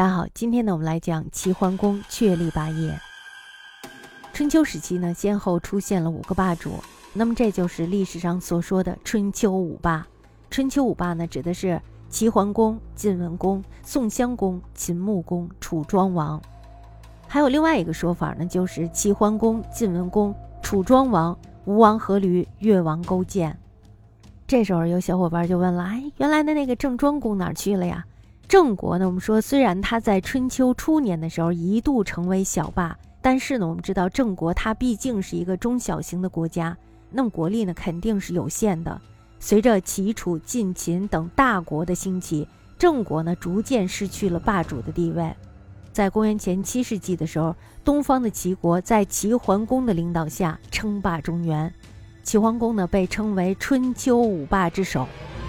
大家好，今天呢我们来讲齐桓公确立霸业。春秋时期呢，先后出现了5个霸主，那么这就是历史上所说的春秋五霸。春秋五霸呢，指的是齐桓公、晋文公、宋襄公、秦穆公、楚庄王。还有另外一个说法呢，就是齐桓公、晋文公、楚庄王、吴王阖闾、越王勾践。这时候有小伙伴就问了，原来的那个郑庄公哪儿去了呀？郑国呢，我们说虽然他在春秋初年的时候一度成为小霸，但是呢，我们知道郑国它毕竟是一个中小型的国家，那么国力呢肯定是有限的。随着齐、楚、晋、秦等大国的兴起，郑国呢逐渐失去了霸主的地位。在公元前7世纪的时候，东方的齐国在齐桓公的领导下称霸中原，齐桓公呢被称为春秋五霸之首。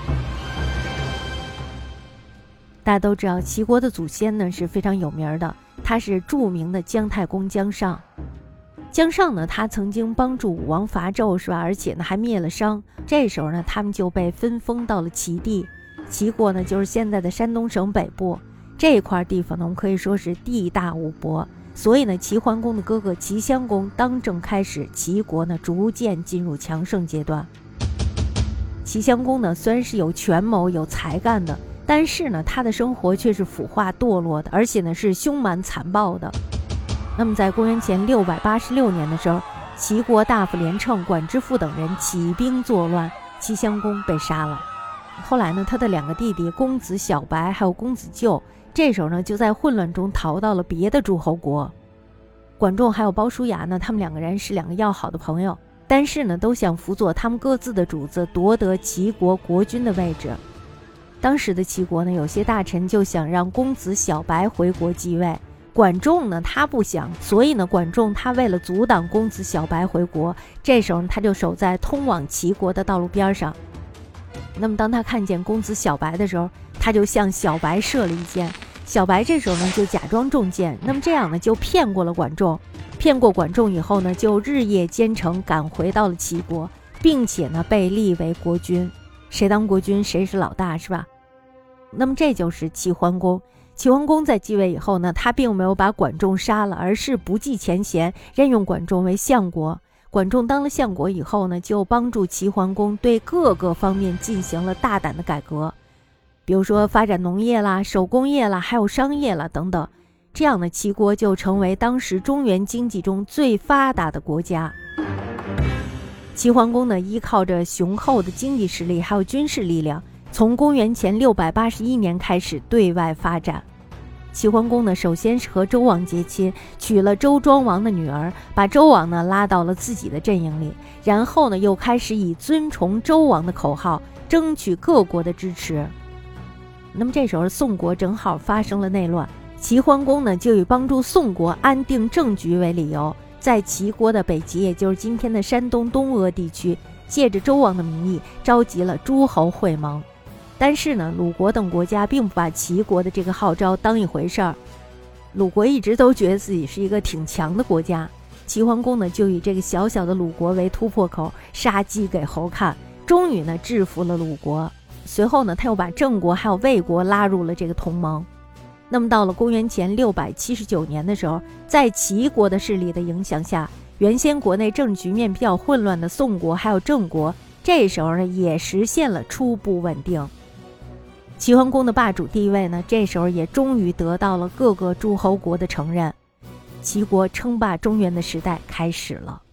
大家都知道齐国的祖先呢是非常有名的，他是著名的姜太公姜尚。姜尚呢，他曾经帮助武王伐纣，是吧？而且呢还灭了商。这时候呢，他们就被分封到了齐地。齐国呢，就是现在的山东省北部这一块地方呢，我们可以说是地大物博。所以呢，齐桓公的哥哥齐襄公当政开始，齐国呢逐渐进入强盛阶段。齐襄公呢，虽然是有权谋、有才干的，但是呢，他的生活却是腐化堕落的，而且呢是凶蛮残暴的。那么在公元前686年的时候，齐国大夫连称、管之父等人起兵作乱，齐襄公被杀了。后来呢，他的2个弟弟公子小白还有公子纠，这时候呢就在混乱中逃到了别的诸侯国。管仲还有鲍叔牙呢，他们2个人是2个要好的朋友，但是呢都想辅佐他们各自的主子，夺得齐国国君的位置。当时的齐国呢，有些大臣就想让公子小白回国继位，管仲呢他不想，所以呢管仲他为了阻挡公子小白回国，这时候他就守在通往齐国的道路边上。那么当他看见公子小白的时候，他就向小白射了一箭，小白这时候呢就假装中箭，那么这样呢就骗过了管仲。骗过管仲以后呢，就日夜兼程赶回到了齐国，并且呢被立为国君。谁当国君谁是老大，是吧？那么这就是齐桓公。齐桓公在继位以后呢，他并没有把管仲杀了，而是不计前嫌，任用管仲为相国。管仲当了相国以后呢，就帮助齐桓公对各个方面进行了大胆的改革，比如说发展农业啦、手工业啦，还有商业啦等等。这样呢，齐国就成为当时中原经济中最发达的国家。齐桓公呢，依靠着雄厚的经济实力还有军事力量，从公元前681年开始对外发展。齐桓公呢，首先是和周王结亲，娶了周庄王的女儿，把周王呢拉到了自己的阵营里，然后呢又开始以尊崇周王的口号争取各国的支持。那么这时候宋国正好发生了内乱，齐桓公呢就以帮助宋国安定政局为理由，在齐国的北极，也就是今天的山东东阿地区，借着周王的名义召集了诸侯会盟。但是呢，鲁国等国家并不把齐国的这个号召当一回事儿。鲁国一直都觉得自己是一个挺强的国家，齐桓公呢就以这个小小的鲁国为突破口，杀鸡给猴看，终于呢制服了鲁国。随后呢，他又把郑国还有魏国拉入了这个同盟。那么到了公元前679年的时候，在齐国的势力的影响下，原先国内政治局面比较混乱的宋国还有郑国，这时候呢也实现了初步稳定。齐桓公的霸主地位呢，这时候也终于得到了各个诸侯国的承认，齐国称霸中原的时代开始了。